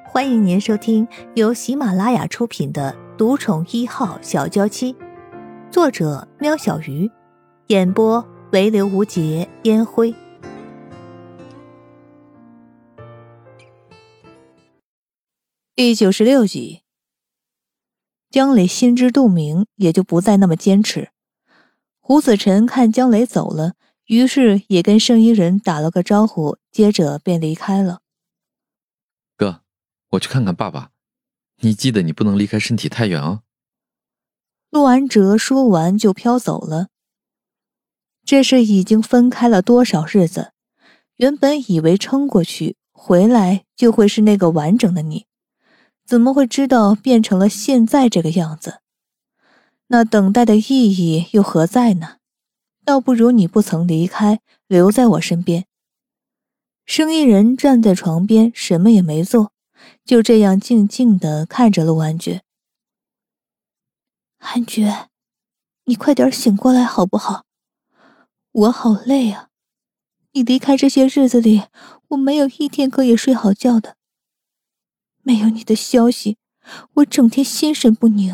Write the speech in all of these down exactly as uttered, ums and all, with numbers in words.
欢迎您收听由喜马拉雅出品的《独宠一号小娇妻》，作者喵小鱼，演播唯刘无节烟灰。第九十六集，江磊心知肚明，也就不再那么坚持。胡子辰看江磊走了，于是也跟生意人打了个招呼，接着便离开了。 哥，我去看看爸爸，你记得你不能离开身体太远哦。 陆安哲说完就飘走了。这是已经分开了多少日子，原本以为撑过去回来就会是那个完整的你，怎么会知道变成了现在这个样子？那等待的意义又何在呢？倒不如你不曾离开，留在我身边。生意人站在床边，什么也没做，就这样静静地看着陆安觉。安觉，你快点醒过来好不好？我好累啊！你离开这些日子里，我没有一天可以睡好觉的。没有你的消息，我整天心神不宁。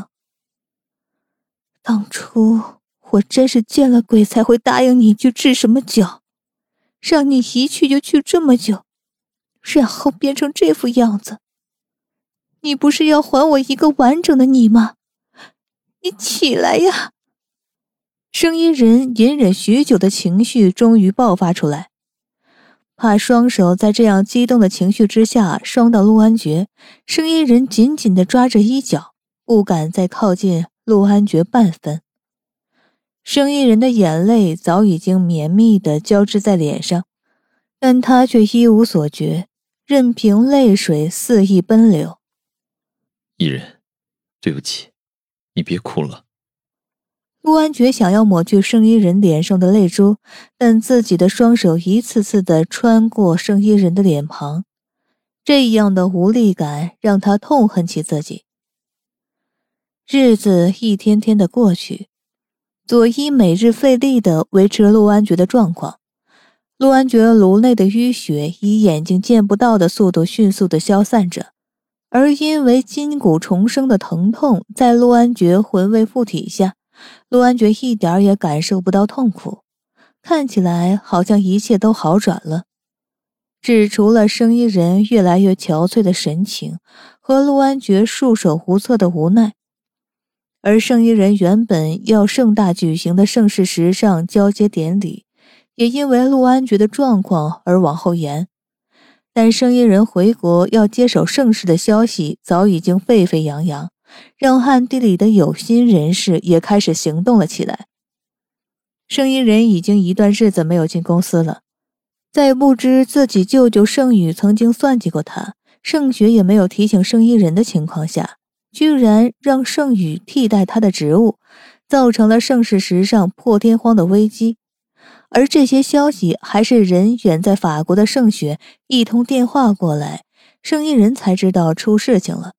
当初我真是见了鬼才会答应你去治什么脚，让你一去就去这么久，然后变成这副样子。你不是要还我一个完整的你吗？你起来呀！生意人隐忍许久的情绪终于爆发出来，怕双手在这样激动的情绪之下伤到陆安觉，生意人紧紧地抓着衣角，不敢再靠近陆安觉半分。生意人的眼泪早已经绵密地交织在脸上，但他却一无所觉，任凭泪水肆意奔流。 艺人，对不起，你别哭了。 陆安觉想要抹去生意人脸上的泪珠，但自己的双手一次次地穿过生意人的脸庞，这样的无力感让他痛恨起自己。日子一天天的过去，佐伊每日费力地维持陆安觉的状况。陆安觉颅内的淤血以眼睛见不到的速度迅速地消散着，而因为筋骨重生的疼痛在陆安觉魂胃附体下，陆安觉一点也感受不到痛苦，看起来好像一切都好转了，只除了生意人越来越憔悴的神情和陆安觉束手无策的无奈。而生意人原本要盛大举行的盛世时尚交接典礼，也因为陆安觉的状况而往后延。但生意人回国要接手盛世的消息早已经沸沸扬扬，让暗地里的有心人士也开始行动了起来。生意人已经一段日子没有进公司了，在不知自己舅舅盛宇曾经算计过他，盛雪也没有提醒生意人的情况下，居然让盛宇替代他的职务，造成了盛世时尚破天荒的危机。而这些消息还是人远在法国的盛雪一通电话过来，生意人才知道出事情了。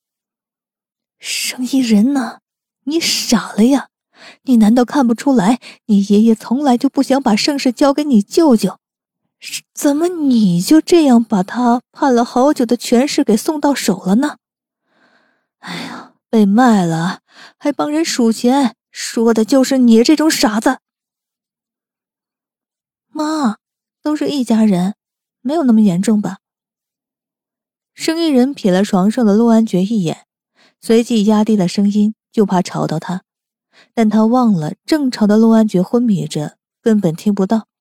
生意人呢？你傻了呀？你难道看不出来，你爷爷从来就不想把盛世交给你舅舅？怎么你就这样把他盼了好久的权势给送到手了呢？哎呀，被卖了还帮人数钱，说的就是你这种傻子。妈，都是一家人，没有那么严重吧？生意人瞥了床上的陆安觉一眼，随即压低了声音，就怕吵到他，但他忘了正常的陆安觉昏迷着，根本听不到。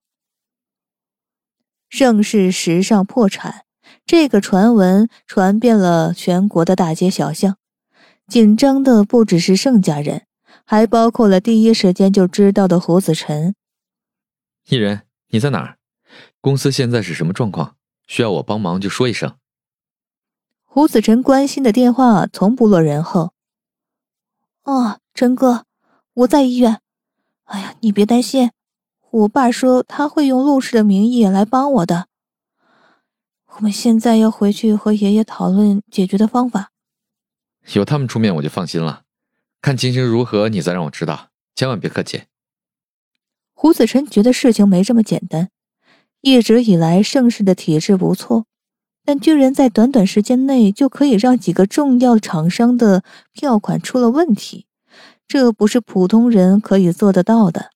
盛世时尚破产，这个传闻传遍了全国的大街小巷，紧张的不只是盛家人，还包括了第一时间就知道的胡子辰。 艺人，你在哪儿？公司现在是什么状况？需要我帮忙就说一声。 胡子辰关心的电话从不落人后。哦，陈哥，我在医院。哎呀，你别担心，我爸说他会用陆氏的名义来帮我的。我们现在要回去和爷爷讨论解决的方法。 有他们出面我就放心了，看情形如何你再让我知道，千万别客气。 胡子辰觉得事情没这么简单，一直以来盛世的体质不错， 但居然在短短时间内就可以让几个重要厂商的票款出了问题，这不是普通人可以做得到的。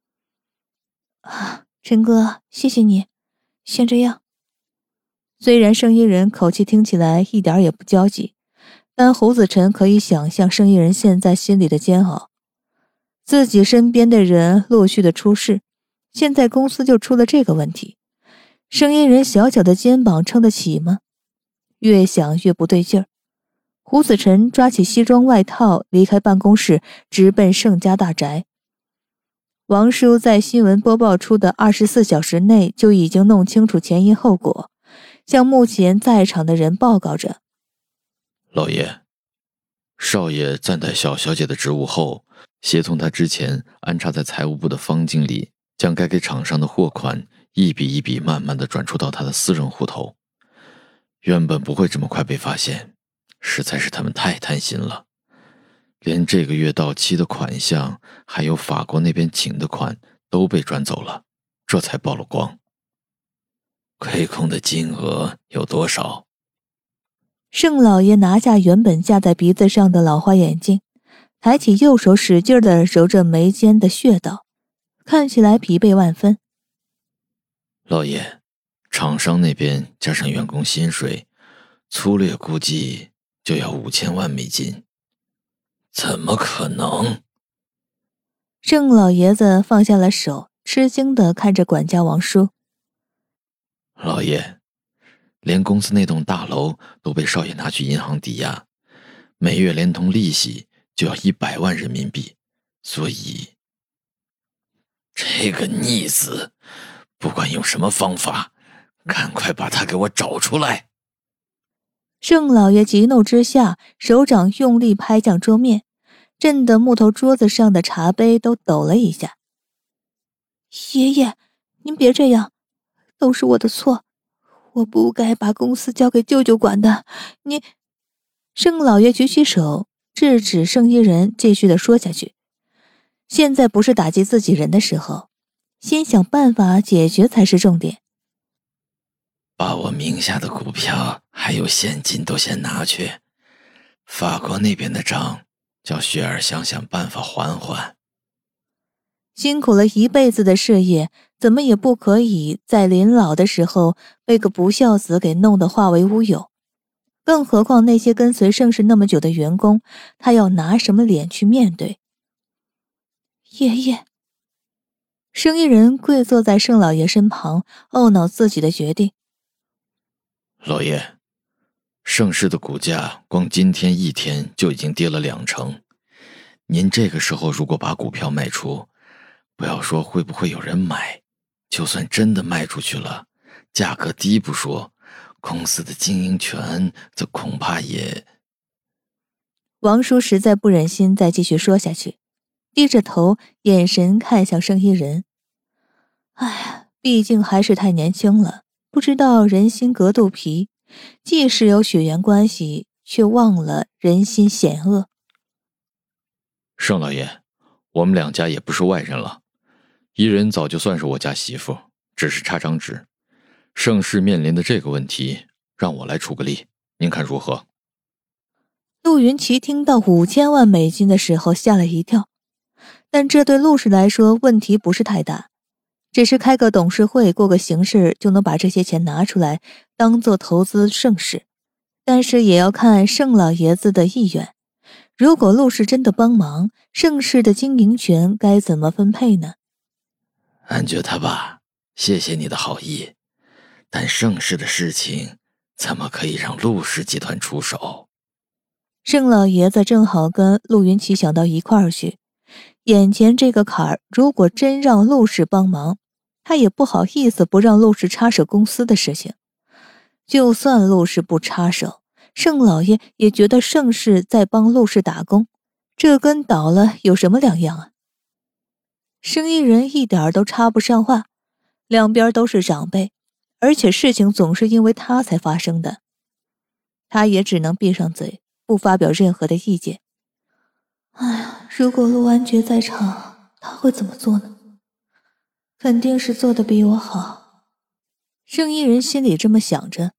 啊，陈哥，谢谢你，先这样。虽然生意人口气听起来一点也不焦急，但侯子辰可以想象生意人现在心里的煎熬。自己身边的人陆续的出事，现在公司就出了这个问题，生意人小小的肩膀撑得起吗？越想越不对劲儿。胡子辰抓起西装外套离开办公室，直奔盛家大宅。王叔在新闻播报出的二十四小时内就已经弄清楚前因后果，向目前在场的人报告着： 老爷，少爷暂代小小姐的职务后，协同她之前安插在财务部的方经理，将该给厂商的货款一笔一笔慢慢的转出到他的私人户头。原本不会这么快被发现，实在是他们太贪心了，连这个月到期的款项还有法国那边请的款都被转走了，这才曝了光。亏空的金额有多少？ 盛老爷拿下原本架在鼻子上的老花眼镜，抬起右手使劲地揉着眉间的穴道，看起来疲惫万分。 老爷，厂商那边加上员工薪水，粗略估计就要五千万美金。怎么可能？ 盛老爷子放下了手，吃惊地看着管家王叔。 老爷，连公司那栋大楼都被少爷拿去银行抵押，每月连同利息就要一百万人民币，所以这个逆子，不管用什么方法，赶快把他给我找出来！ 盛老爷急怒之下，手掌用力拍向桌面，震得木头桌子上的茶杯都抖了一下。爷爷，您别这样，都是我的错，我不该把公司交给舅舅管的。你……盛老爷举起手制止盛一人继续的说下去。现在不是打击自己人的时候，先想办法解决才是重点。 把我名下的股票还有现金都先拿去，法国那边的账叫雪儿想想办法还还。 辛苦了一辈子的事业，怎么也不可以在临老的时候被个不孝子给弄得化为乌有。更何况那些跟随盛世那么久的员工，他要拿什么脸去面对？爷爷，生意人跪坐在盛老爷身旁，懊恼自己的决定。 老爷，盛世的股价光今天一天就已经跌了两成，您这个时候如果把股票卖出，不要说会不会有人买，就算真的卖出去了，价格低不说，公司的经营权则恐怕也…… 王叔实在不忍心再继续说下去，低着头，眼神看向生意人。哎，毕竟还是太年轻了，不知道人心隔肚皮，即使有血缘关系，却忘了人心险恶。 盛老爷，我们两家也不是外人了，伊人早就算是我家媳妇，只是差张纸。盛世面临的这个问题，让我来出个力，您看如何？ 陆云奇听到五千万美金的时候吓了一跳，但这对陆氏来说问题不是太大，只是开个董事会过个形式就能把这些钱拿出来当做投资盛世。但是也要看盛老爷子的意愿，如果陆氏真的帮忙，盛世的经营权该怎么分配呢？ 安觉他爸，谢谢你的好意，但盛世的事情怎么可以让陆氏集团出手？ 盛老爷子正好跟陆云奇想到一块儿去，眼前这个坎儿，如果真让陆氏帮忙，他也不好意思不让陆氏插手公司的事情。就算陆氏不插手，盛老爷也觉得盛世在帮陆氏打工，这跟倒了有什么两样啊？生意人一点都插不上话，两边都是长辈，而且事情总是因为他才发生的，他也只能闭上嘴，不发表任何的意见。哎呀，如果陆安觉在场，他会怎么做呢？肯定是做得比我好。生意人心里这么想着，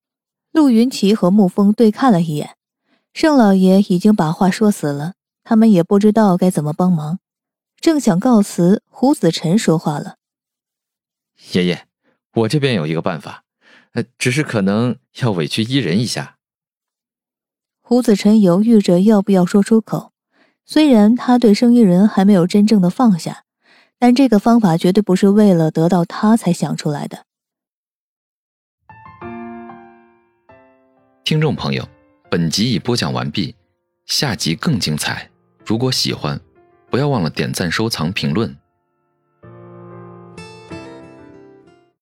陆云奇和沐风对看了一眼，盛老爷已经把话说死了，他们也不知道该怎么帮忙。正想告辞，胡子辰说话了： 爷爷，我这边有一个办法，呃，只是可能要委屈伊人一下。 胡子辰犹豫着要不要说出口，虽然他对生意人还没有真正的放下，但这个方法绝对不是为了得到他才想出来的。 听众朋友，本集已播讲完毕，下集更精彩。如果喜欢，不要忘了点赞、收藏、评论。